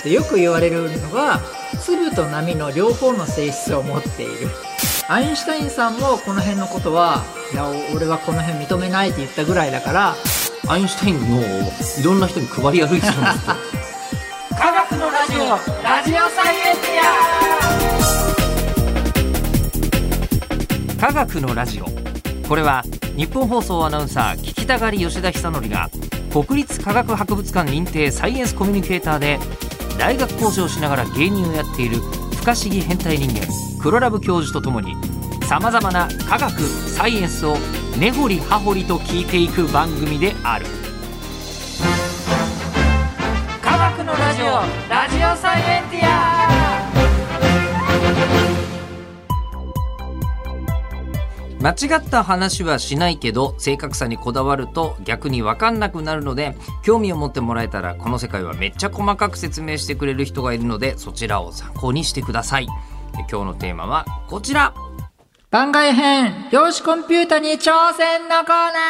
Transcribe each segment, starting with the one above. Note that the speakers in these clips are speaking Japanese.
ってよく言われるのが、粒と波の両方の性質を持っている。アインシュタインさんもこの辺のことは、いや俺はこの辺認めないって言ったぐらいだから、 アインシュタインのいろんな人に配り歩いてるんですよ科学のラジオ、ラジオサイエンティア。科学のラジオ、これは日本放送アナウンサー聞きたがり吉田久典が国立科学博物館認定サイエンスコミュニケーターで大学講師をしながら芸人をやっている不可思議変態人間黒ラブ教授とともに、さまざまな科学サイエンスを根掘り葉掘りと聞いていく番組である。 科学のラジオ、ラジオサイエンティア。 間違った話はしないけど正確さにこだわると逆に分かんなくなるので、興味を持ってもらえたらこの世界はめっちゃ細かく説明してくれる人がいるので、そちらを参考にしてください。今日のテーマはこちら。 番外編、量子コンピュータに挑戦のコーナ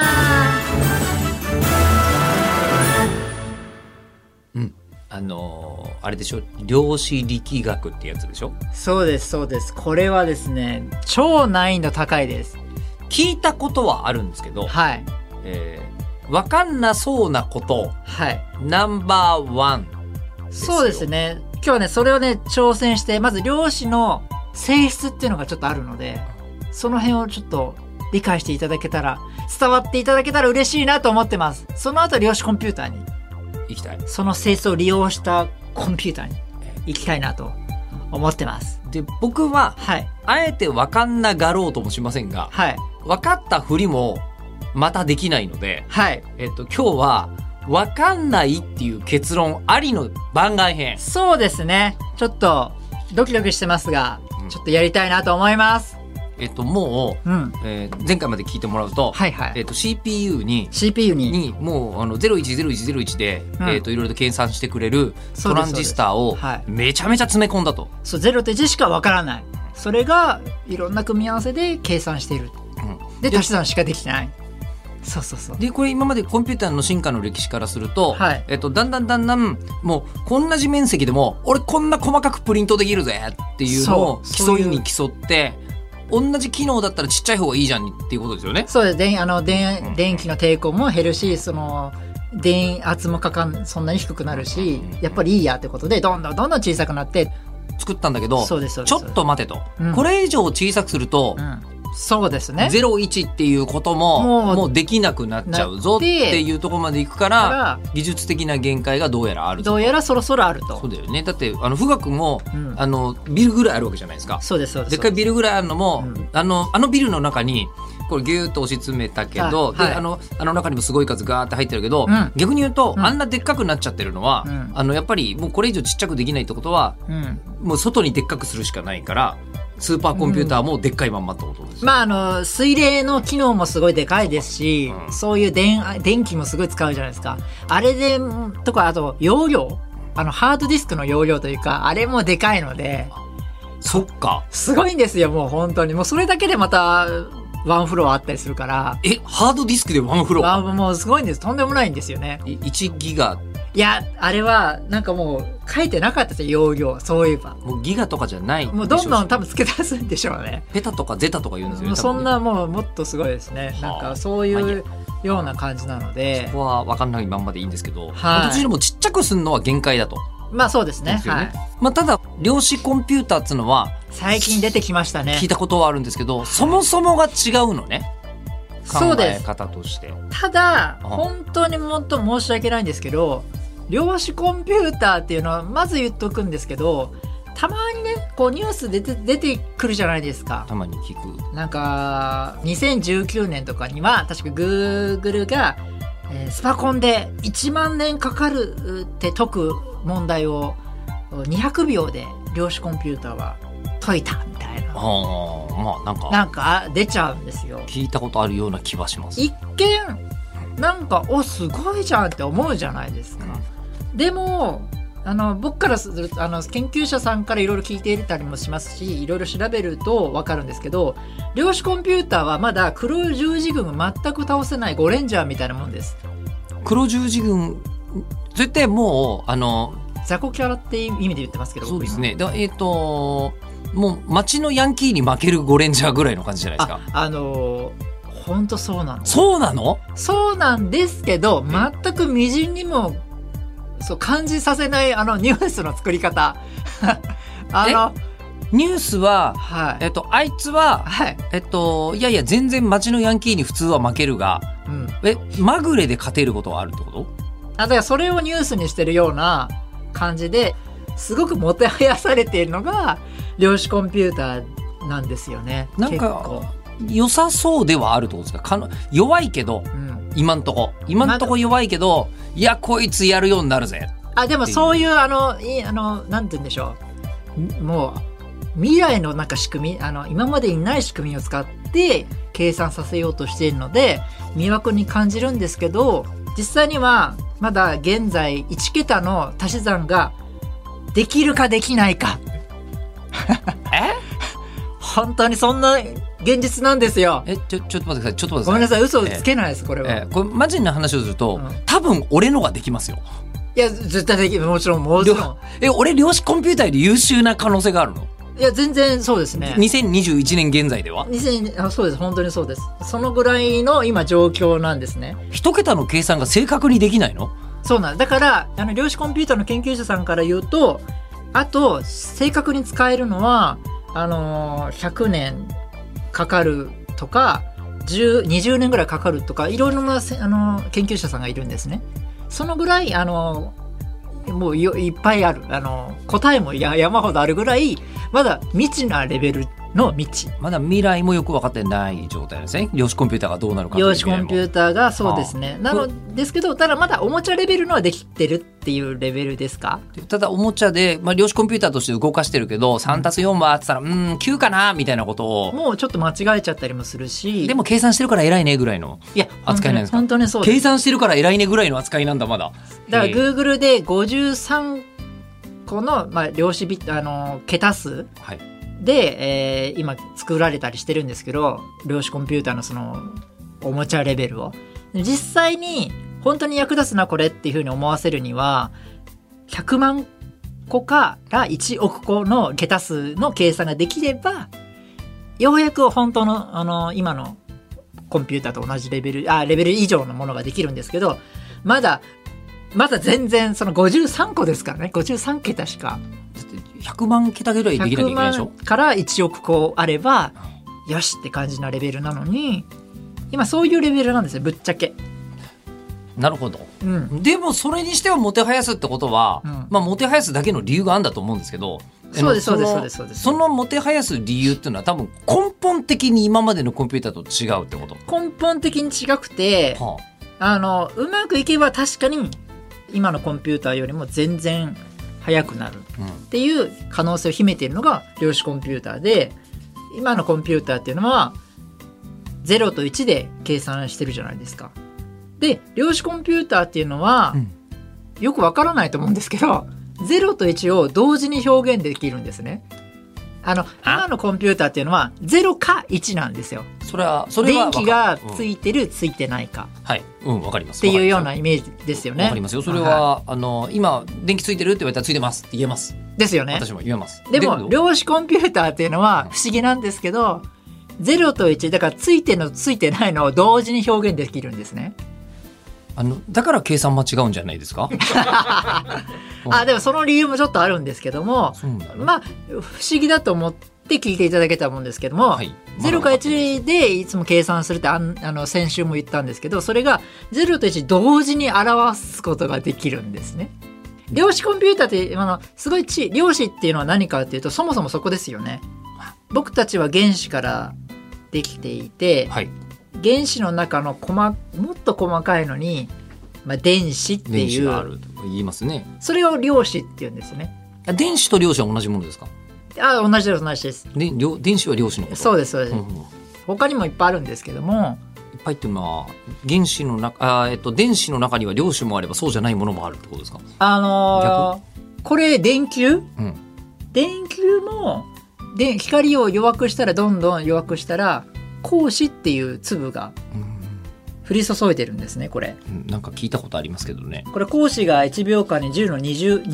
ー。あれでしょ、量子力学ってやつでしょ。 そうですそうです。これはですね、超難易度高いです。 聞いたことはあるんですけど、 はい、 分かんなそうなこと、 はい、 ナンバーワンですよ。 そうですね。今日はね、それをね挑戦して、まず量子の性質っていうのがちょっとあるので、その辺をちょっと理解していただけたら、伝わっていただけたら嬉しいなと思ってます。その後量子コンピューターに行きたい。 その性質を利用したコンピューターに行きたいなと思ってます。 で、僕は、 はい、 あえて分かんながろうともしませんが、 はい、 分かったふりもまたできないので、 はい、 今日は分かんないっていう結論ありの番外編。 そうですね。ちょっとドキドキしてますが、ちょっとやりたいなと思います。 もう、前回まで聞いてもらうと、 はいはい、 CPU にもう010101で、いろいろと計算してくれるトランジスタをめちゃめちゃ詰め込んだと。 そう、0と1しかわからない。それがいろんな組み合わせで計算している、で足し算しかできてない。そうそうそう。 でこれ今までコンピューターの進化の歴史からすると、 はい、 だんだんもうこんな面積でも俺こんな細かくプリントできるぜっていうのを競いに競って、同じ機能だったらちっちゃい方がいいじゃんっていうことですよね。 そうです。電気の抵抗も減るし、その電圧もそんなに低くなるし、やっぱりいいやってことでどんどん小さくなって作ったんだけど、 そうですちょっと待てと、これ以上小さくすると、 そうですね、 01っていうこともうできなくなっちゃうぞっていうところまでいくから、技術的な限界がどうやらあると。 どうやらそろそろあると。 そうだよね。だって富岳も、ビルぐらいあるわけじゃないですか。 そうですそうです。 でっかいビルぐらいあるのも、あのビルの中にこれギューッと押し詰めたけど、であの中にもすごい数ガーって入ってるけど、逆に言うと、あんなでっかくなっちゃってるのは、やっぱりもうこれ以上ちっちゃくできないってことは、もう外にでっかくするしかないから、スーパーコンピューターもでっかいまんまってことですよ。 水冷の機能もすごいでかいですし、そういう電気もすごい使うじゃないですか。あれでとか、あと容量、ハードディスクの容量というか、あれもでかいので、 そっか、 すごいんですよ。もう本当にもうそれだけでまたワンフロアあったりするから。 ハードディスクでワンフロア、 もうすごいんです。とんでもないんですよね。 1ギガ。 いや、あれはなんかもう書いてなかったですよ、容量。そういえばもうギガとかじゃない。 もうどんどん多分付け足すんでしょうね。 ペタとかゼタとか言うんですよね。 もうそんなもっとすごいですね。なんかそういうような感じなので、 そこは分かんないまんまでいいんですけど、 はい、 私でもちっちゃくするのは限界だと。 そうですね。はい。 ただ量子コンピューターっていうのは最近出てきましたね。 聞いたことはあるんですけど、そもそもが違うのね。 そうです。 考え方として。 ただ本当にもっと申し訳ないんですけど、量子コンピューターっていうのはまず言っとくんですけど、たまにねこうニュースで出てくるじゃないですか。 たまに聞く。 なんか2019年とかには確かグーグルが、スパコンで1万年かかるって解く問題を200秒で量子コンピューターは解いたみたいな。なんか出ちゃうんですよ。 聞いたことあるような気はします。 一見なんかすごいじゃんって思うじゃないですか。でも僕からすると研究者さんからいろいろ聞いていたりもしますし、いろいろ調べると分かるんですけど、量子コンピューターはまだ黒十字軍を全く倒せないゴレンジャーみたいなもんです。 黒十字軍それってもう雑魚キャラっていう意味で言ってますけど、 そうですね。もう街のヤンキーに負けるゴレンジャーぐらいの感じじゃないですか。 本当そうなの。 そうなの？ そうなんですけど、全くみじんにもそう感じさせないニュースの作り方ニュースは、 はい、 あいつは、 はい、 いやいや全然街のヤンキーに普通は負けるが、 うん、 まぐれで勝てることはあるってこと？ だからそれをニュースにしてるような感じですごくもてはやされているのが量子コンピューターなんですよね。 なんか良さそうではあるってことですか？弱いけど、今んとこ弱いけど、いやこいつやるようになるぜ。 でもそういうなんて言うんでしょう、もう未来のなんか仕組み、今までにない仕組みを使って計算させようとしているので魅惑に感じるんですけど、実際にはまだ現在1桁の足し算ができるかできないか本当にそんな現実なんですよ。 ちょっと待ってください。ちょっと待ってください。 ごめんなさい、嘘をつけないです、これは。 これマジな話をすると、多分俺のができますよ。 いや絶対できる。もちろん俺量子コンピューターより優秀な可能性があるの？ いや全然そうですね。 2021年現在ではそうです、本当にそうです。そのぐらいの今状況なんですね。 一桁の計算が正確にできないの？ そうなんだから、量子コンピューターの研究者さんから言うと、あと正確に使えるのは100年かかるとか20年ぐらいかかるとか、いろいろな研究者さんがいるんですね。そのぐらいもういっぱいある、答えも山ほどあるぐらい、まだ未知なレベルの未知、 まだ未来もよく分かってない状態ですね。量子コンピューターがどうなるかという量子コンピューターがそうですね。なのですけど、ただまだおもちゃレベルのはできてるっていうレベルですか。 ただおもちゃで、量子コンピューターとして動かしてるけど 3+4 はって言ったら9かなみたいなことをもうちょっと間違えちゃったりもするし、 でも計算してるから偉いねぐらいの扱いなんですか？ 本当にそうです。 計算してるから偉いねぐらいの扱いなんだまだ。 だから Google で53個の、量子桁数、 はいで、今作られたりしてるんですけど、量子コンピューターのそのおもちゃレベルを実際に本当に役立つなこれっていうふうに思わせるには100万個から1億個の桁数の計算ができれば、ようやく本当の今のコンピューターと同じレベル以上のものができるんですけど、まだ全然その53個ですからね。53桁しか。 100万桁ぐらいできなきゃいけないでしょ。 100万から1億個あればよしって感じなレベルなのに、今そういうレベルなんですよ、ぶっちゃけ。 なるほど、でもそれにしてはもてはやすってことは、もてはやすだけの理由があるんだと思うんですけど、 そうです。 そのもてはやす理由っていうのは多分根本的に今までのコンピューターと違うってこと？ 根本的に違くて、うまくいけば確かに今のコンピューターよりも全然速くなるっていう可能性を秘めているのが量子コンピューターで、今のコンピューターっていうのは0と1で計算してるじゃないですか。で量子コンピューターっていうのは、よくわからないと思うんですけど、0と1を同時に表現できるんですね。今のコンピューターっていうのは0か1なんですよ。 それは電気がついてる、ついてないか、 わかりますっていうようなイメージですよね。 わかりますよ。それは、今電気ついてるって言われたらついてますって言えますですよね。 私も言えます。 でも量子コンピューターっていうのは不思議なんですけど、0と1だからついてるのついてないのを同時に表現できるんですね。 だから計算間違うんじゃないですか？ でもその理由もちょっとあるんですけども、不思議だと思って聞いていただけたと思うんですけども、0か1でいつも計算するって先週も言ったんですけど、それが0と1同時に表すことができるんですね。量子コンピューターってすごい量子っていうのは何かっていうと、そもそもそこですよね。僕たちは原子からできていて、原子の中のもっと細かいのに、電子っていう電子があると言いますね。 それを量子っていうんですね。 電子と量子は同じものですか？ 同じです電子は量子のこと？ そうです。他にもいっぱいあるんですけども、 いっぱいっていうのは原子の中電子の中には量子もあればそうじゃないものもあるってことですか？ これ電球、電球も光を弱くしたらどんどん弱くしたら光子っていう粒が降り注いでるんですねこれ。 なんか聞いたことありますけどね。 これ光子が1秒間に10の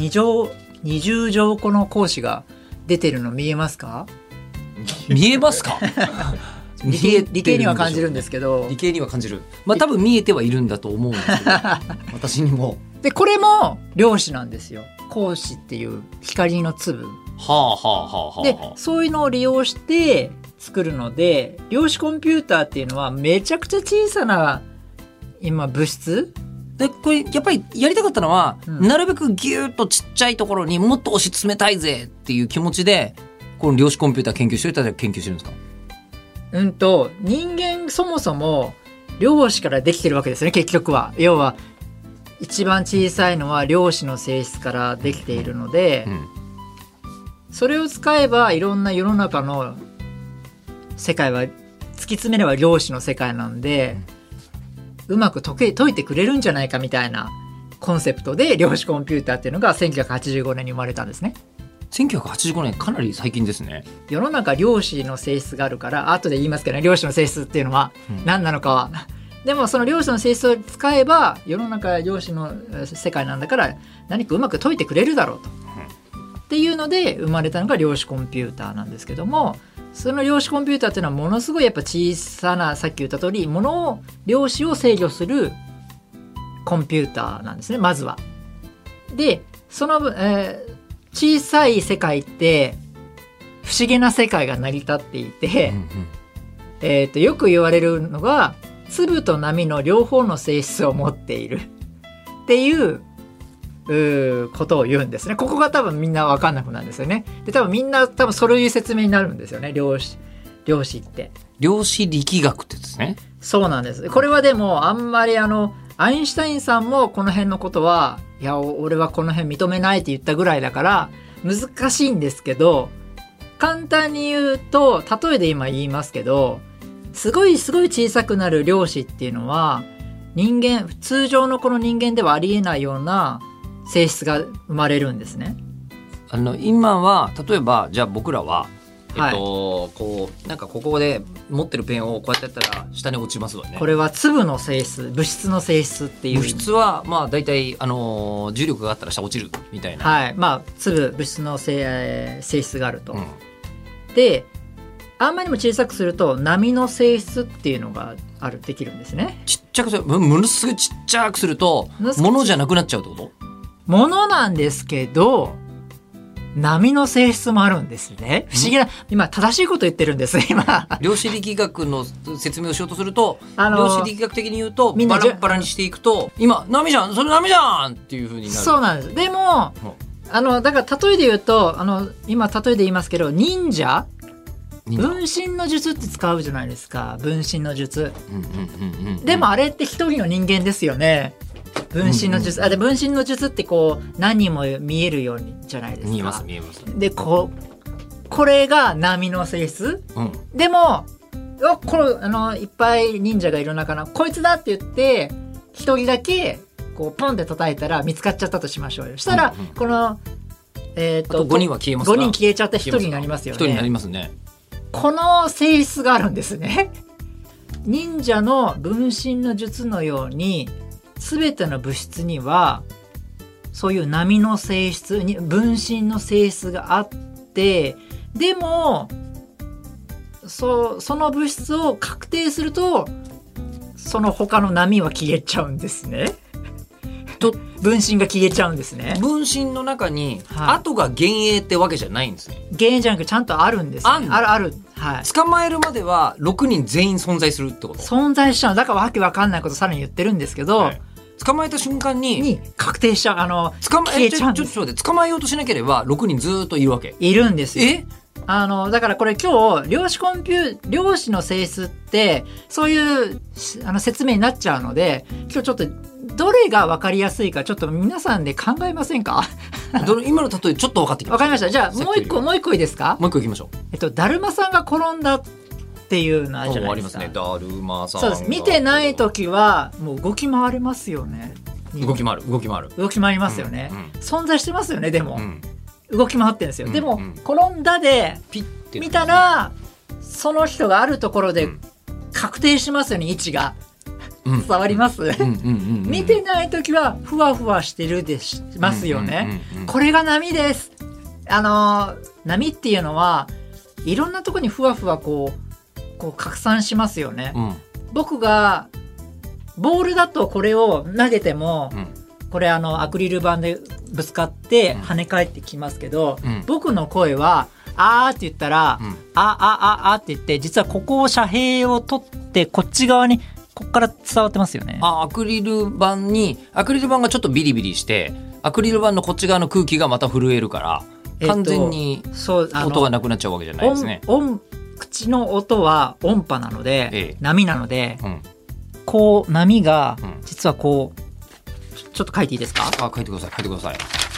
20乗個の光子が出てるの見えますか？ 見えますか？ 理系には感じるんですけど、 理系には感じる。まあ多分見えてはいるんだと思うんですけど私にも。 でこれも量子なんですよ。光子っていう光の粒。 はあはあはあはあ。 でそういうのを利用して作るので、量子コンピューターっていうのはめちゃくちゃ小さな今物質でこれやっぱりやりたかったのは、なるべくギューッとちっちゃいところにもっと押し詰めたいぜっていう気持ちでこの量子コンピューター研究してる人たちは研究してるんですか？ 人間そもそも量子からできてるわけですね結局は。要は一番小さいのは量子の性質からできているので、それを使えばいろんな世の中の世界は突き詰めれば量子の世界なんで、うまく解いてくれるんじゃないかみたいなコンセプトで量子コンピューターっていうのが1985年に生まれたんですね。 1985年かなり最近ですね。 世の中量子の性質があるから後で言いますけどね、量子の性質っていうのは何なのかは、でもその量子の性質を使えば世の中量子の世界なんだから何かうまく解いてくれるだろうと、っていうので生まれたのが量子コンピューターなんですけども、その量子コンピューターっていうのはものすごいやっぱ小さな、さっき言った通り量子を制御するコンピューターなんですねまずは。でその、小さい世界って不思議な世界が成り立っていて、よく言われるのが粒と波の両方の性質を持っているっていうことを言うんですね。ここが多分みんな分かんなくなるんですよね。で多分みんなそういう説明になるんですよね。量子って量子力学ってですね。 そうなんです。これはでもあんまりアインシュタインさんもこの辺のことはいや俺はこの辺認めないって言ったぐらいだから難しいんですけど、簡単に言うと例えで今言いますけど、すごい小さくなる量子っていうのは通常のこの人間ではありえないような性質が生まれるんですね。 今は例えばじゃあ僕らは、 はい、 こうなんかここで持ってるペンをこうやってやったら下に落ちますわね。 これは粒の性質、物質の性質っていう。 物質はまあ大体重力があったら下落ちるみたいな。 はい、まあ物質の性質があると。であんまりにも小さくすると波の性質っていうのができるんですね。 ちっちゃくする、ものすごいちっちゃくすると物じゃなくなっちゃうってこと？ 物なんですけど波の性質もあるんですね。不思議な、今正しいこと言ってるんです今。 量子力学の説明をしようとすると、量子力学的に言うとバラバラにしていくと今波じゃんそれ波じゃんっていう風になる。 そうなんです。でもだから例えで言うと今例えで言いますけど忍者分身の術って使うじゃないですか。分身の術、でもあれって一人の人間ですよね。分身の術、で分身の術ってこう何人も見えるようにじゃないですか。 見えます。 でこれが波の性質、でもいっぱい忍者がいる中のこいつだって言って一人だけこうポンって叩いたら見つかっちゃったとしましょうよ。したら、この 5人は消えますから、 5人消えちゃって1人になりますよね。 1人になりますね。 この性質があるんですね。忍者の分身の術のように全ての物質にはそういう波の性質に分身の性質があって、でもその物質を確定するとその他の波は消えちゃうんですね。分身が消えちゃうんですね。 分身の中に後が幻影ってわけじゃないんですね。 幻影じゃなくてちゃんとあるんです、ね、ある、はい、 捕まえるまでは6人全員存在するってこと？ 存在しちゃう。だからわけわかんないことさらに言ってるんですけど、 捕まえた瞬間に確定しちゃう。消えちゃうんです。 ちょっと待って、捕まえようとしなければ6人ずっといるわけ？いるんですよ。だからこれ今日量子の性質ってそういう説明になっちゃうので、今日ちょっとどれが分かりやすいかちょっと皆さんで考えませんか？ 今の例えちょっと分かってきました。 分かりました。じゃあもう一個いいですか？ もう一個いきましょう。だるまさんが転んだっていうのあるじゃないですか。 ありますね。だるまさん。 そうです。見てない時はもう動き回れますよね。 動き回りますよね、存在してますよね。でも、動き回ってるんですよ。でも、転んだでピッて見たらその人があるところで確定しますよね、位置が。 伝わります？見てない時はふわふわしてるでしますよね。これが波です。波っていうのはいろんなとこにふわふわこう拡散しますよね。僕がボールだとこれを投げても、これアクリル板でぶつかって跳ね返ってきますけど、僕の声はあーって言ったら、あって言って実はここを遮蔽を取ってこっち側にこっから伝わってますよね。 アクリル板がちょっとビリビリしてアクリル板のこっち側の空気がまた震えるから、完全に音がなくなっちゃうわけじゃないですね。 口の音は音波なので、波なので、こう波が実はこうちょっと書いていいですか？ 書いてください。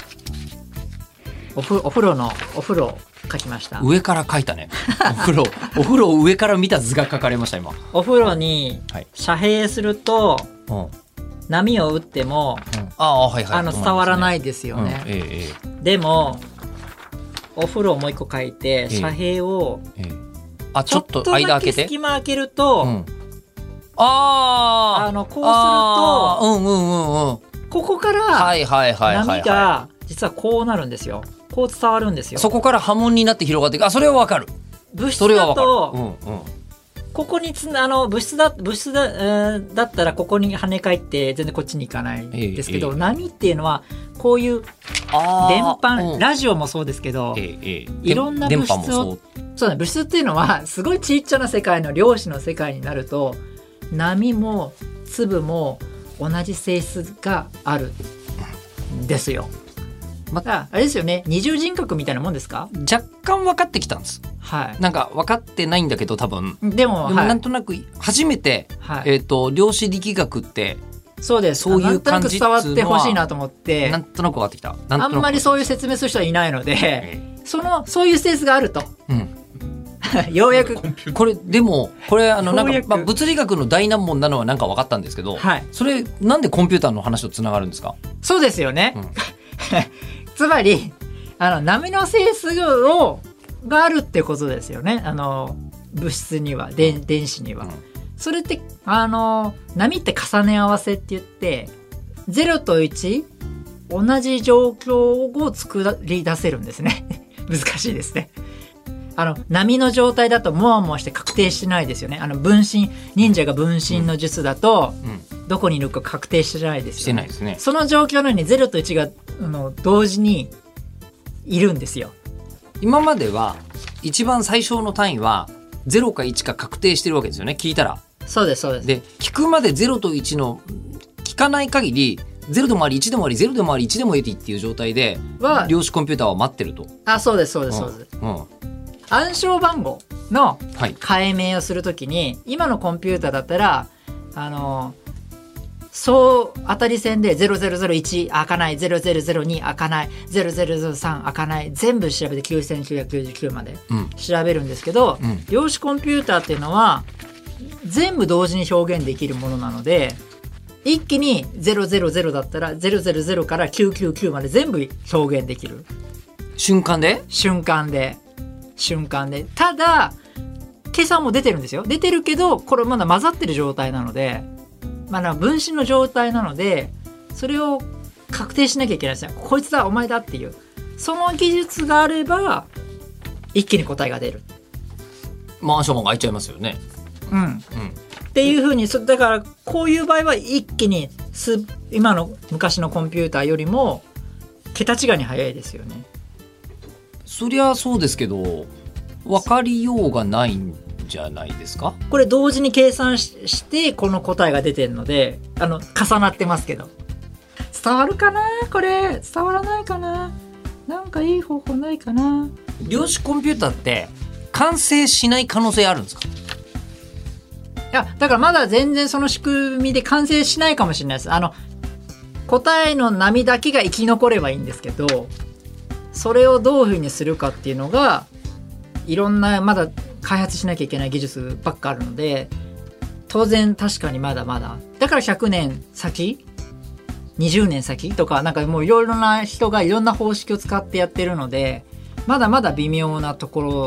お風呂書きました。 上から書いたね。お風呂を上から見た図が書かれました今。 お風呂に遮蔽すると、波を打っても、伝わらないですよね。でもお風呂をもう一個書いて遮蔽をちょっと間開けて隙間開けると、こうするとここから波が実はこうなるんですよ。こう伝わるんですよ。 そこから波紋になって広がっていく。それはわかる。 物質だとここに物質だったらここに跳ね返って全然こっちに行かないですけど、波っていうのはこういう電波、ラジオもそうですけど、いろんな物質を物質っていうのはすごいちっちゃな世界の量子の世界になると、波も粒も同じ性質があるんですよ。あれですよね、二重人格みたいなもんですか？ 若干分かってきたんです。なんか分かってないんだけど多分でもなんとなく初めて、量子力学ってそういう感じっていうのはなんとなく伝わってほしいなと思ってなんとなく分かってきた。あんまりそういう説明する人はいないので、そういう性質があると、ようやくこれでもこれなんか、物理学の大難問なのはなんか分かったんですけど、それなんでコンピューターの話とつながるんですか？そうですよね、つまり波の性質があるってことですよね。物質には電子には、それって波って重ね合わせって言って0と1同じ状況を作り出せるんですね。難しいですね。波の状態だともわもわして確定しないですよね。忍者が分身の術だと、どこにいるか確定してないですよね。してないですね。その状況のように0と1が同時にいるんですよ。 今までは一番最小の単位は0か1か確定してるわけですよね。聞いたら。 そうですそうです。 で聞くまで0と1の聞かない限り0でもあり1でもあり0でもあり1でもありっていう状態で量子コンピューターは待ってると。 そうですそうですそうです。暗証番号の解明をするときに、今のコンピューターだったら当たり線で0001開かない、0002開かない、0003開かない、全部調べて9999まで調べるんですけど、量子コンピューターっていうのは全部同時に表現できるものなので、一気に000だったら000から999まで全部表現できる。瞬間でただ計算も出てるんですよ。出てるけどこれまだ混ざってる状態なので、分身の状態なのでそれを確定しなきゃいけないですね。こいつだお前だっていうその技術があれば一気に答えが出る。 マンションが開いちゃいますよね。 っていう風にだからこういう場合は一気に今の昔のコンピューターよりも桁違いに早いですよね。 そりゃそうですけど分かりようがないんじゃないですか。 これ同時に計算してこの答えが出てるので重なってますけど、伝わるかな、これ伝わらないかな、なんかいい方法ないかな。 量子コンピューターって完成しない可能性あるんですか？ いやだからまだ全然その仕組みで完成しないかもしれないです。答えの波だけが生き残ればいいんですけど、それをどういうふうにするかっていうのがいろんなまだ開発しなきゃいけない技術ばっかあるので、当然確かにまだまだだから100年先20年先とかなんかもういろいろな人がいろんな方式を使ってやってるので、まだまだ微妙なところ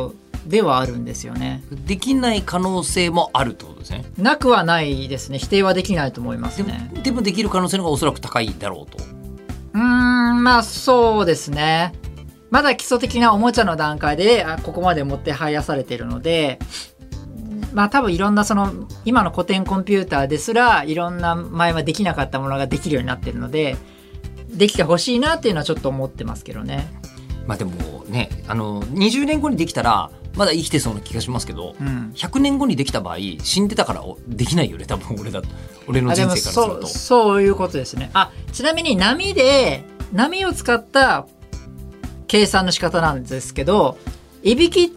ではあるんですよね。 できない可能性もあるってことですね。 なくはないですね。否定はできないと思いますね。 でもできる可能性の方がおそらく高いだろうと。 まあそうですね。まだ基礎的なおもちゃの段階でここまで持ってはやされているので、まあ多分いろんなその今の古典コンピューターですらいろんな前はできなかったものができるようになっているので、できてほしいなっていうのはちょっと思ってますけどね。 まあでもね、20年後にできたらまだ生きてそうな気がしますけど、100年後にできた場合死んでたからできないよね、多分俺の人生からすると。 そういうことですね。ちなみに波を使った計算の仕方なんですけど、いびき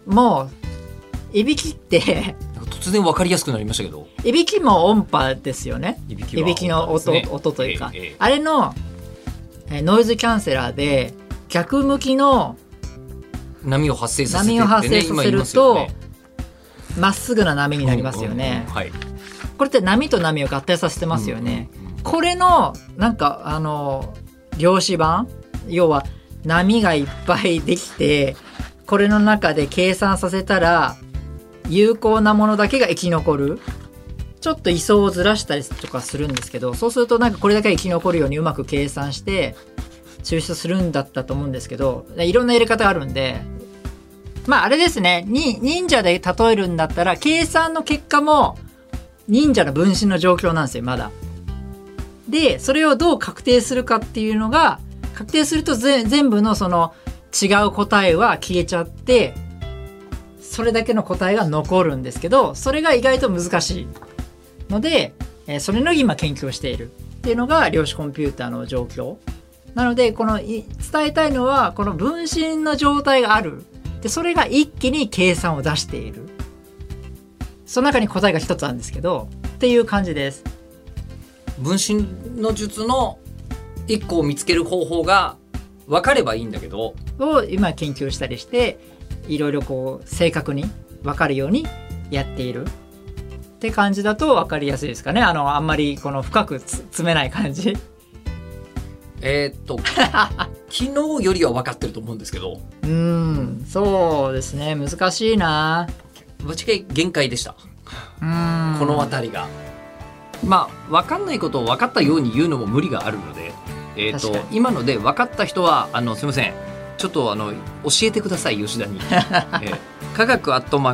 って突然分かりやすくなりましたけど、 いびきも音波ですよね。 いびきの音というか、あれのノイズキャンセラーで逆向きの波を発生させるとまっすぐな波になりますよね。これって波と波を合体させてますよね。これのなんか量子版、要は波がいっぱいできて、これの中で計算させたら有効なものだけが生き残る。ちょっと位相をずらしたりとかするんですけど、そうするとなんかこれだけ生き残るようにうまく計算して抽出するんだったと思うんですけど、いろんな入れ方があるんで、まああれですね、忍者で例えるんだったら計算の結果も忍者の分身の状況なんですよ、まだ。でそれをどう確定するかっていうのが、確定すると全部のその違う答えは消えちゃって、それだけの答えが残るんですけど、それが意外と難しいので、それの今研究をしているっていうのが量子コンピューターの状況なので、この伝えたいのはこの分身の状態がある。でそれが一気に計算を出している。その中に答えが一つあるんですけどっていう感じです。 分身の術の一個を見つける方法が分かればいいんだけど、 を今研究したりしていろいろこう正確に分かるようにやっているって感じだと分かりやすいですかね。あんまりこの深く詰めない感じ。 昨日よりは分かってると思うんですけど、 そうですね、難しいな。 ぶっちゃけ限界でした。この辺りがまあ分かんないことを分かったように言うのも無理があるので、今ので分かった人はすいません、ちょっと教えてください、吉田に。科学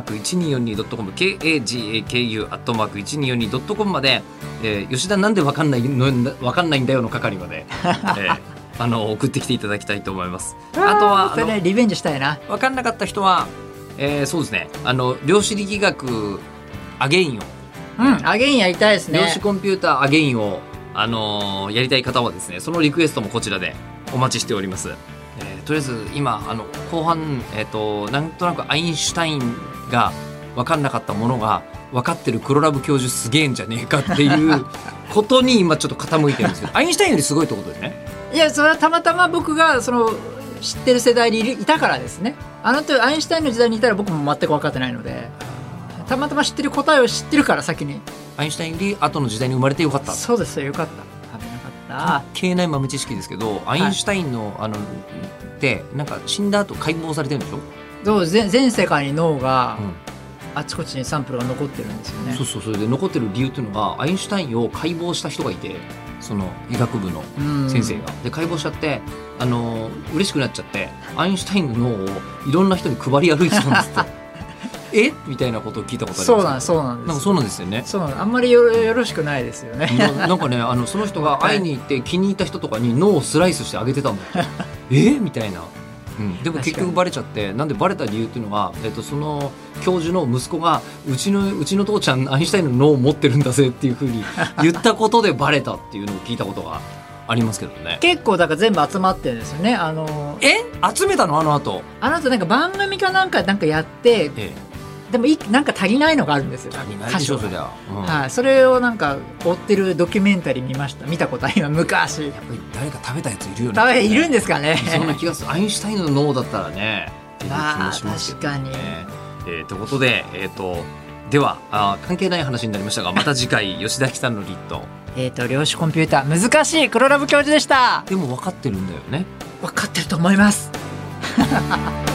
@1242.com、KAGAKU@1242.com まで、吉田なんで分かんないんだよの係まで、送ってきていただきたいと思います。あとはそれリベンジしたいな。 分かんなかった人は、そうですね、量子力学アゲインを、 アゲインやりたいですね。 量子コンピューターアゲインを、やりたい方はですね、そのリクエストもこちらでお待ちしております。とりあえず今後半、なんとなくアインシュタインが分かんなかったものが分かってる黒ラブ教授すげえんじゃねえかっていうことに今ちょっと傾いてるんですけどアインシュタインよりすごいってことですね。 いや、それはたまたま僕がその知ってる世代にいたからですね。アインシュタインの時代にいたら僕も全く分かってないので、たまたま知ってる答えを知ってるから先に。 アインシュタインより後の時代に生まれてよかった。 そうですよ、よかった。危なかった。 関係ない豆知識ですけど、アインシュタインの、でなんか死んだ後解剖されてるんでしょ。 そう、全世界に脳が、あちこちにサンプルが残ってるんですよね。 それで残ってる理由っていうのが、アインシュタインを解剖した人がいて、その医学部の先生がで解剖しちゃって嬉しくなっちゃって、アインシュタインの脳をいろんな人に配り歩いてたんですってみたいなことを聞いたことあります。 そうなんです。 そうなんですよね。 あんまりよろしくないですよね。 なんかね、その人が会いに行って気に入った人とかに脳をスライスしてあげてたんだってみたいな。でも結局バレちゃって、なんでバレた理由っていうのは、その教授の息子がうちの父ちゃんアインシュタインの脳を持ってるんだぜっていう風に言ったことでバレたっていうのを聞いたことがありますけどね。結構だから全部集まってるんですよね。 集めたの？あの後なんか番組かなんかやって、でもなんか足りないのがあるんですよ。 足りないでしょそりゃ。 それをなんか追ってるドキュメンタリー見たことあります。昔やっぱり誰か食べたやついるよね。 いるんですかね。 そんな気がする。アインシュタインの脳だったらねっていう気もしますけどね。 確かに。 ということで、では関係ない話になりましたが、また次回吉田さんのリット量子コンピューター難しい黒ラブ教授でした。 でも分かってるんだよね。 分かってると思います。